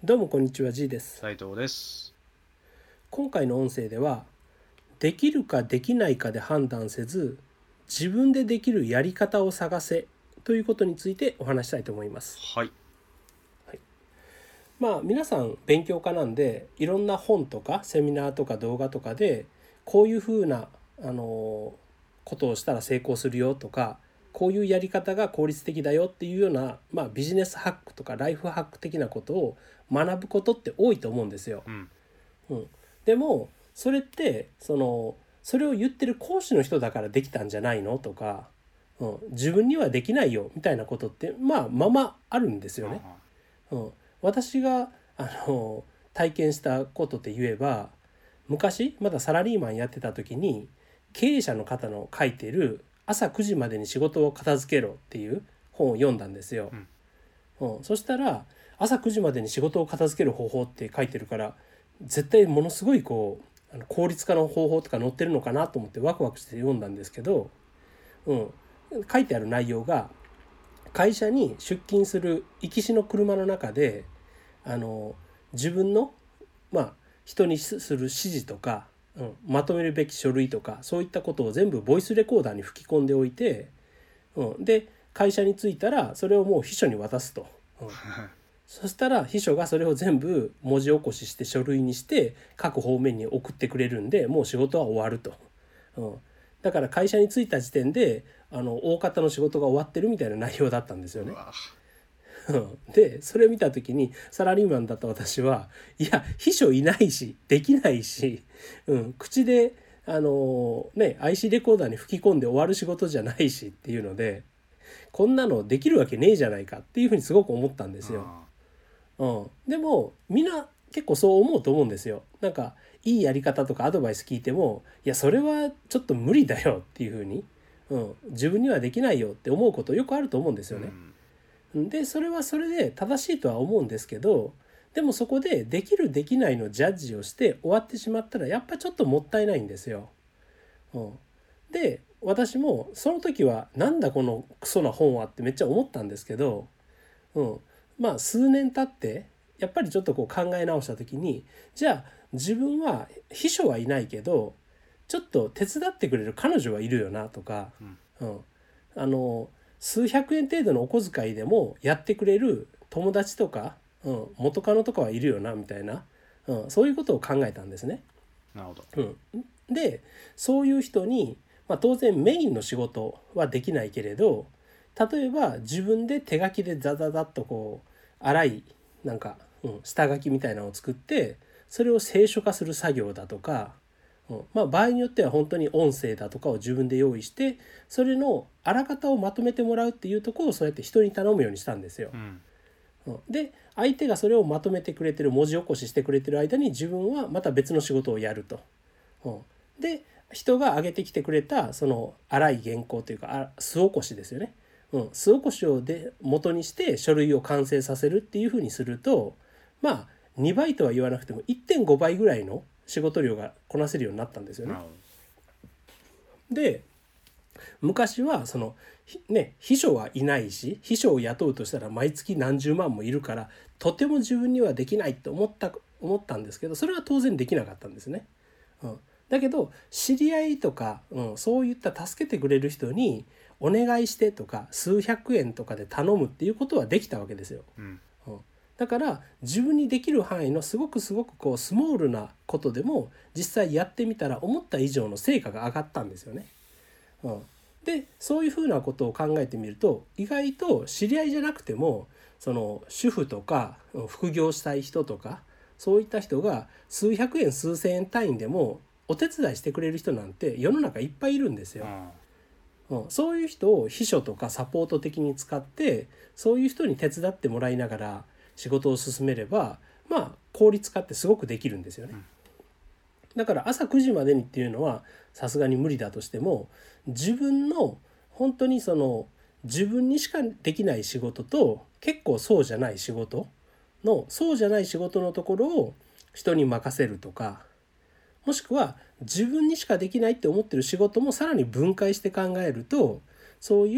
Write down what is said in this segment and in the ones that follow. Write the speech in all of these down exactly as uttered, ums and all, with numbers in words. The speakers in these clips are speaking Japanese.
どうもこんにちは、G です。 斉藤です。 今回の音声では、できるかできないかで判断せず、自分でできるやり方を探せということについてお話したいと思います。 はい。 はい、まあ皆さん勉強家なんで、いろんな本とかセミナーとか動画とかで、こういうふうなあのことをしたら成功するよとか、こういうやり方が効率的だよっていうような、まあ、ビジネスハックとかライフハック的なことを学ぶことって多いと思うんですよ。 うんうん、でもそれってそのそれを言ってる講師の人だからできたんじゃないのとか、うん、自分にはできないよみたいなことってまあままあるんですよね。うん、私があの体験したことって言えば、昔まだサラリーマンやってた時に経営者の方の書いてる朝くじまでに仕事を片付けろっていう本を読んだんですよ。うんうん、そしたら朝くじまでに仕事を片付ける方法って書いてるから、絶対ものすごいこうあの効率化の方法とか載ってるのかなと思ってワクワクして読んだんですけど、うん、書いてある内容が会社に出勤する行きしの車の中であの自分のまあ人にする指示とか、うん、まとめるべき書類とかそういったことを全部ボイスレコーダーに吹き込んでおいて、うん、で会社に着いたらそれをもう秘書に渡すと。うんそしたら秘書がそれを全部文字起こしして書類にして各方面に送ってくれるんで、もう仕事は終わると。うん、だから会社に着いた時点であの大方の仕事が終わってるみたいな内容だったんですよね。でそれ見た時にサラリーマンだった私は、いや秘書いないしできないし、うん、口であのね アイシー レコーダーに吹き込んで終わる仕事じゃないしっていうので、こんなのできるわけねえじゃないかっていうふうにすごく思ったんですよ。うん、でもみんな結構そう思うと思うんですよ。なんかいいやり方とかアドバイス聞いても、いやそれはちょっと無理だよっていうふうに、うん、自分にはできないよって思うことよくあると思うんですよね。でそれはそれで正しいとは思うんですけど、でもそこでできるできないのジャッジをして終わってしまったらやっぱちょっともったいないんですよ。うん、で私もその時はなんだこのクソな本はってめっちゃ思ったんですけど、うん、まあ数年経ってやっぱりちょっとこう考え直した時に、じゃあ自分は秘書はいないけどちょっと手伝ってくれる彼女はいるよなとか、うん、あの数百円程度のお小遣いでもやってくれる友達とか、うん、元カノとかはいるよなみたいな、うん、そういうことを考えたんですね。 なるほど。 うん、でそういう人に、まあ、当然メインの仕事はできないけれど、例えば自分で手書きでザザザッとこう粗いなんか、うん、下書きみたいなのを作ってそれを聖書化する作業だとか、うん、まあ場合によっては本当に音声だとかを自分で用意してそれのあらかたをまとめてもらうっていうところをそうやって人に頼むようにしたんですよ。 うんで相手がそれをまとめてくれてる文字起こししてくれてる間に自分はまた別の仕事をやると。で人が上げてきてくれたその粗い原稿というか素起こしですよね、うん、素起こしをで元にして書類を完成させるっていうふうにすると、まあにばいとは言わなくても いってんご 倍ぐらいの仕事量がこなせるようになったんですよね。で昔はそのね秘書はいないし、秘書を雇うとしたら毎月何十万もいるからとても自分にはできないと思った思ったんですけど、それは当然できなかったんですね。うん、だけど知り合いとか、うん、そういった助けてくれる人にお願いしてとか数百円とかで頼むっていうことはできたわけですよ。 うんうん、だから自分にできる範囲のすごくすごくこうスモールなことでも実際やってみたら思った以上の成果が上がったんですよね。うん、でそういうふうなことを考えてみると、意外と知り合いじゃなくてもその主婦とか副業したい人とかそういった人が数百円数千円単位でもお手伝いしてくれる人なんて世の中いっぱいいるんですよ。うん、そういう人を秘書とかサポート的に使ってそういう人に手伝ってもらいながら仕事を進めれば、まあ効率化ってすごくできるんですよね。だから朝くじまでにっていうのはさすがに無理だとしても、自分の本当にその自分にしかできない仕事と結構そうじゃない仕事のそうじゃない仕事のところを人に任せるとか、もしくは自分にしかできないって思ってる仕事もさらに分解して考えると、そういう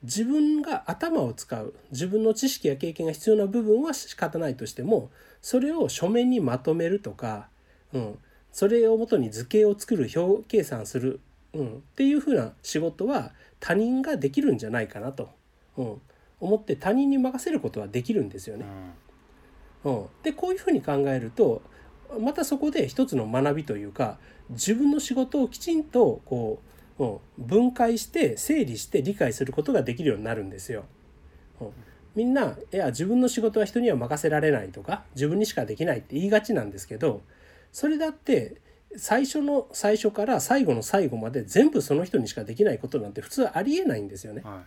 自分が頭を使う、自分の知識や経験が必要な部分は仕方ないとしても、それを書面にまとめるとか、うん、それをもとに図形を作る、表計算する、うん、っていうふうな仕事は他人ができるんじゃないかなと、うん、思って他人に任せることはできるんですよね。うん、でこういうふうに考えるとまたそこで一つの学びというか、自分の仕事をきちんとこう、うん、分解して整理して理解することができるようになるんですよ。うん、みんないや自分の仕事は人には任せられないとか自分にしかできないって言いがちなんですけど、それだって最初の最初から最後の最後まで全部その人にしかできないことなんて普通ありえないんですよね。 はい、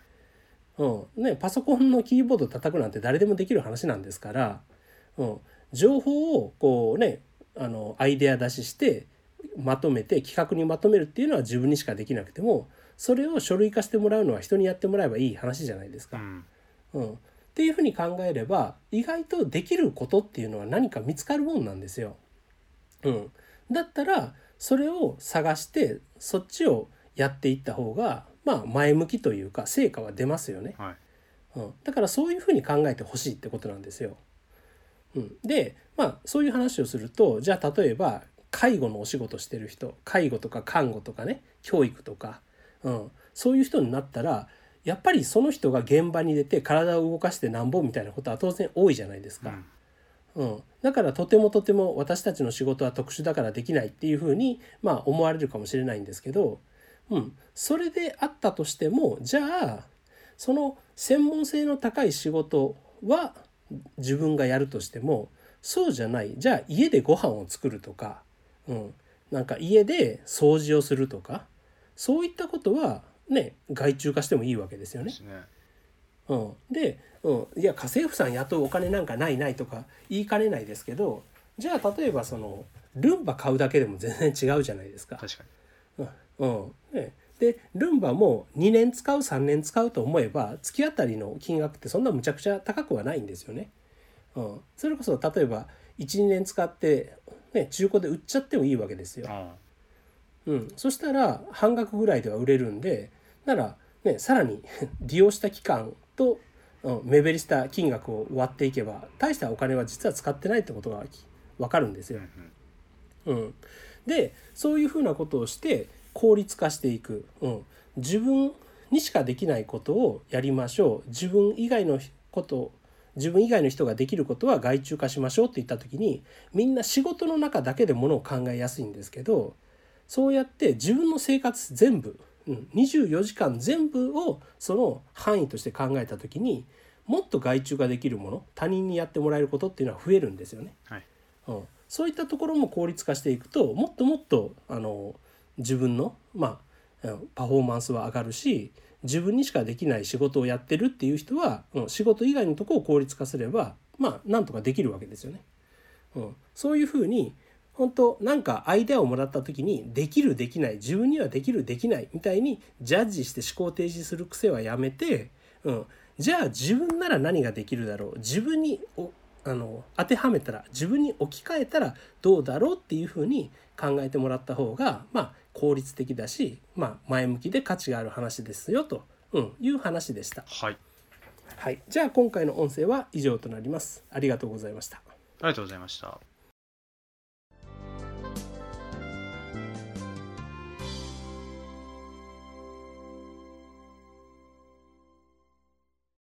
うんね、パソコンのキーボード叩くなんて誰でもできる話なんですから、うん、情報をこうねあのアイデア出ししてまとめて企画にまとめるっていうのは自分にしかできなくても、それを書類化してもらうのは人にやってもらえばいい話じゃないですか。 うんうん、っていうふうに考えれば意外とできることっていうのは何か見つかるもんなんですよ。うん、だったらそれを探してそっちをやっていった方がまあ前向きというか成果は出ますよね。 はい、 うん、だからそういうふうに考えてほしいってことなんですよ。うん、でまあそういう話をすると、じゃあ例えば介護のお仕事してる人、介護とか看護とかね、教育とか、うん、そういう人になったらやっぱりその人が現場に出て体を動かしてなんぼみたいなことは当然多いじゃないですか。うんうん、だからとてもとても私たちの仕事は特殊だからできないっていうふうにまあ思われるかもしれないんですけど、うん、それであったとしても、じゃあその専門性の高い仕事は自分がやるとしても、そうじゃない、じゃあ家でご飯を作るとか、うん、なんか家で掃除をするとか、そういったことはね外注化してもいいわけですよね。 ですね。 うん、で、うん、いや家政婦さん雇うお金なんかないないとか言いかねないですけど、じゃあ例えばそのルンバ買うだけでも全然違うじゃないですか。 確かうんうんね、でルンバもにねん使うさんねん使うと思えば月当たりの金額ってそんなむちゃくちゃ高くはないんですよね。うん、それこそ例えばいちにねん使って、ね、中古で売っちゃってもいいわけですよ。 に。あうん、そしたら半額ぐらいでは売れるんで、なら、ね、さらに利用した期間と、うん、目減りした金額を割っていけば大したお金は実は使ってないってことが分かるんですよ。うん、でそういうふうなことをして効率化していく、うん、自分にしかできないことをやりましょう、自分以外のこと自分以外の人ができることは外注化しましょうって言った時に、みんな仕事の中だけでものを考えやすいんですけど、そうやって自分の生活全部、うん、にじゅうよじかん全部をその範囲として考えた時に、もっと外注ができるもの、他人にやってもらえることっていうのは増えるんですよね。 はい、 うん、そういったところも効率化していくと、もっともっとあの自分の、まあ、パフォーマンスは上がるし、自分にしかできない仕事をやってるっていう人は、うん、仕事以外のところを効率化すればまあなんとかできるわけですよね。うん、そういうふうに本当なんかアイデアをもらった時にできるできない、自分にはできるできないみたいにジャッジして思考停止する癖はやめて、うん、じゃあ自分なら何ができるだろう、自分におあの当てはめたら、自分に置き換えたらどうだろうっていうふうに考えてもらった方がまあ効率的だし、まあ、前向きで価値がある話ですよと、うん、いう話でした。 はい、 はい、じゃあ今回の音声は以上となります。ありがとうございました。 ありがとうございました。